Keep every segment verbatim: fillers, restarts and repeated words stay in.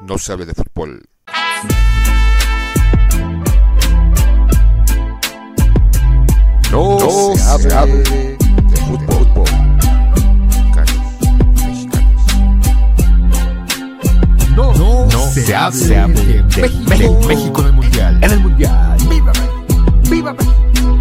no sabe de fútbol. No, no se, se hable de, de fútbol. fútbol. No, no, no se, se hable, se hable de, de, de México, de México en el Mundial. En el Mundial. ¡Viva México! ¡Viva México!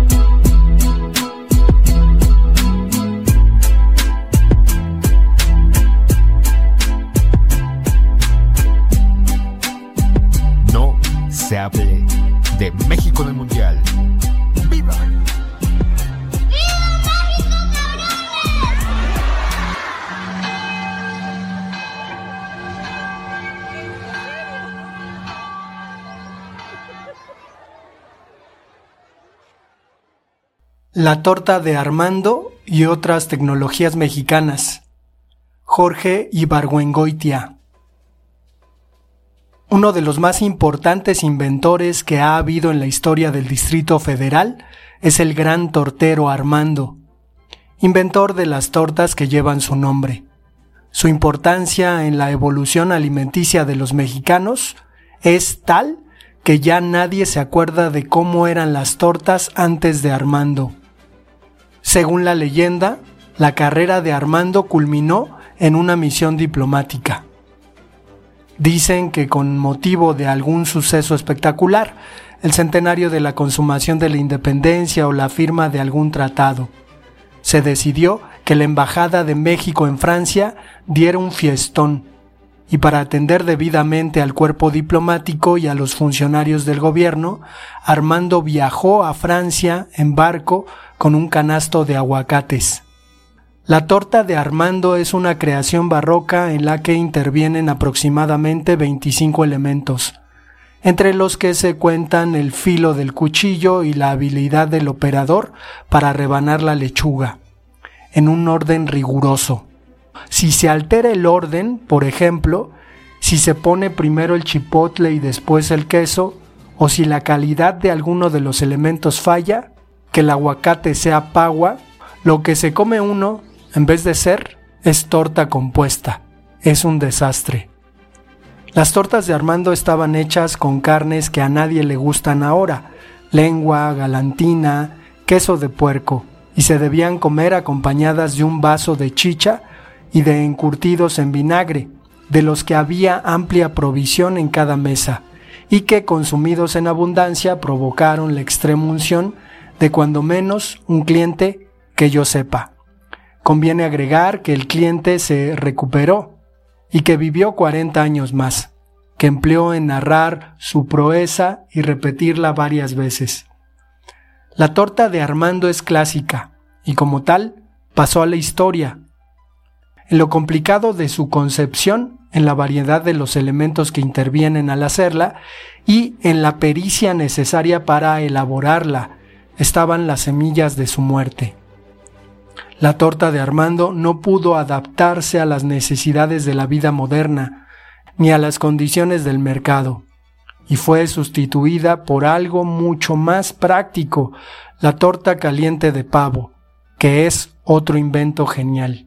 No se hable de México en el Mundial. ¡Viva México! La torta de Armando y otras tecnologías mexicanas. Jorge Ibargüengoitia. Uno de los más importantes inventores que ha habido en la historia del Distrito Federal es el gran tortero Armando, inventor de las tortas que llevan su nombre. Su importancia en la evolución alimenticia de los mexicanos es tal que ya nadie se acuerda de cómo eran las tortas antes de Armando. Según la leyenda, la carrera de Armando culminó en una misión diplomática. Dicen que con motivo de algún suceso espectacular, el centenario de la consumación de la independencia o la firma de algún tratado, se decidió que la Embajada de México en Francia diera un fiestón, y para atender debidamente al cuerpo diplomático y a los funcionarios del gobierno, Armando viajó a Francia en barco con un canasto de aguacates. La torta de Armando es una creación barroca en la que intervienen aproximadamente veinticinco elementos, entre los que se cuentan el filo del cuchillo y la habilidad del operador para rebanar la lechuga, en un orden riguroso. Si se altera el orden, por ejemplo, si se pone primero el chipotle y después el queso, o si la calidad de alguno de los elementos falla, que el aguacate sea pagua, lo que se come uno, en vez de ser, es torta compuesta. Es un desastre. Las tortas de Armando estaban hechas con carnes que a nadie le gustan ahora, lengua, galantina, queso de puerco, y se debían comer acompañadas de un vaso de chicha y de encurtidos en vinagre, de los que había amplia provisión en cada mesa, y que consumidos en abundancia provocaron la extrema unción de cuando menos un cliente que yo sepa. Conviene agregar que el cliente se recuperó y que vivió cuarenta años más, que empleó en narrar su proeza y repetirla varias veces. La torta de Armando es clásica y como tal pasó a la historia. En lo complicado de su concepción, en la variedad de los elementos que intervienen al hacerla y en la pericia necesaria para elaborarla, estaban las semillas de su muerte. La torta de Armando no pudo adaptarse a las necesidades de la vida moderna, ni a las condiciones del mercado, y fue sustituida por algo mucho más práctico, la torta caliente de pavo, que es otro invento genial.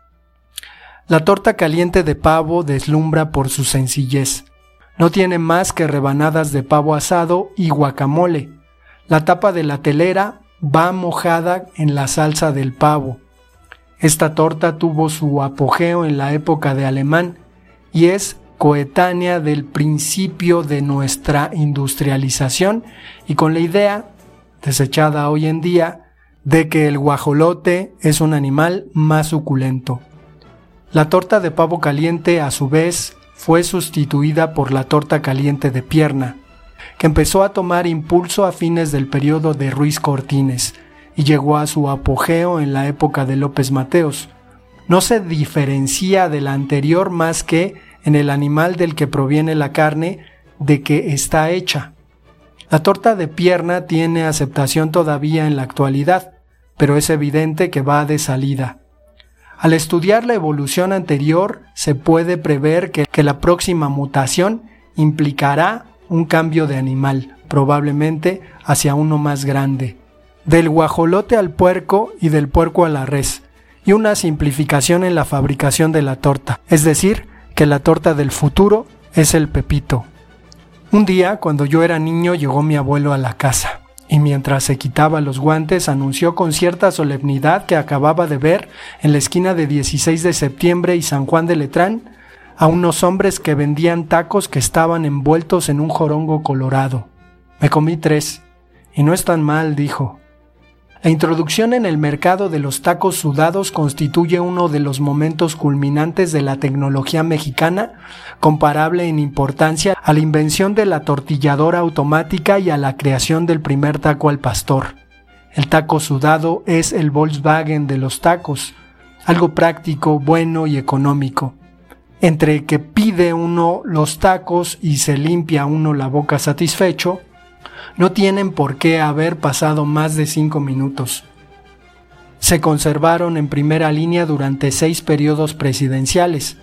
La torta caliente de pavo deslumbra por su sencillez. No tiene más que rebanadas de pavo asado y guacamole. La tapa de la telera va mojada en la salsa del pavo. Esta torta tuvo su apogeo en la época de Alemán y es coetánea del principio de nuestra industrialización y con la idea, desechada hoy en día, de que el guajolote es un animal más suculento. La torta de pavo caliente, a su vez, fue sustituida por la torta caliente de pierna, que empezó a tomar impulso a fines del periodo de Ruiz Cortines y llegó a su apogeo en la época de López Mateos. No se diferencia de la anterior más que en el animal del que proviene la carne de que está hecha. La torta de pierna tiene aceptación todavía en la actualidad, pero es evidente que va de salida. Al estudiar la evolución anterior, se puede prever que, que la próxima mutación implicará un cambio de animal, probablemente hacia uno más grande. Del guajolote al puerco y del puerco a la res, y una simplificación en la fabricación de la torta, es decir, que la torta del futuro Es el Pepito. Un día, cuando yo era niño, llegó mi abuelo a la casa y mientras se quitaba los guantes anunció con cierta solemnidad que acababa de ver en la esquina de dieciséis de septiembre y San Juan de Letrán a unos hombres que vendían tacos que estaban envueltos en un jorongo colorado. Me comí tres, y no es tan mal, dijo. La introducción en el mercado de los tacos sudados constituye uno de los momentos culminantes de la tecnología mexicana, comparable en importancia a la invención de la tortilladora automática y a la creación del primer taco al pastor. El taco sudado es el Volkswagen de los tacos, algo práctico, bueno y económico. Entre que pide uno los tacos y se limpia uno la boca satisfecho, no tienen por qué haber pasado más de cinco minutos. Se conservaron en primera línea durante seis periodos presidenciales,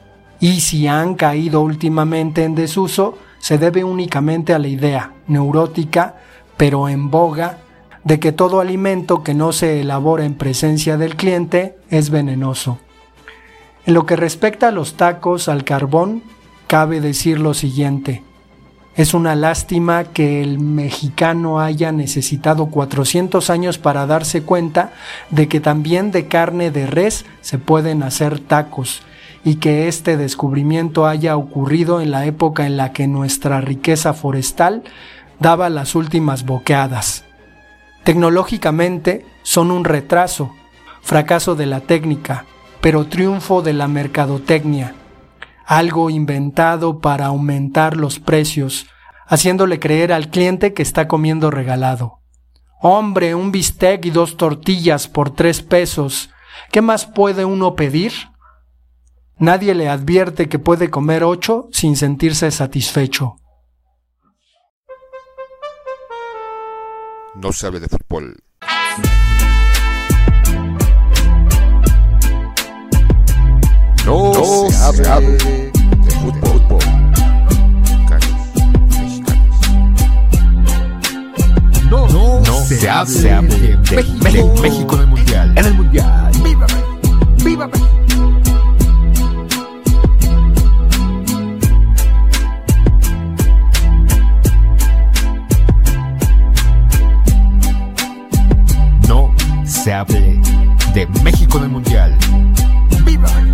y si han caído últimamente en desuso, se debe únicamente a la idea, neurótica, pero en boga, de que todo alimento que no se elabora en presencia del cliente es venenoso. En lo que respecta a los tacos al carbón, cabe decir lo siguiente. Es una lástima que el mexicano haya necesitado cuatrocientos años para darse cuenta de que también de carne de res se pueden hacer tacos y que este descubrimiento haya ocurrido en la época en la que nuestra riqueza forestal daba las últimas boqueadas. Tecnológicamente son un retraso, fracaso de la técnica, pero triunfo de la mercadotecnia, algo inventado para aumentar los precios, haciéndole creer al cliente que está comiendo regalado. Hombre, un bistec y dos tortillas por tres pesos, ¿qué más puede uno pedir? Nadie le advierte que puede comer ocho sin sentirse satisfecho. No se hable de fútbol. No, no se hable, se hable de, de fútbol. fútbol. No, no, no se, se hable, se hable de, de, México. de México en el Mundial. En el Mundial. ¡Viva México! ¡Viva México! No se hable de México en el Mundial. ¡Viva México!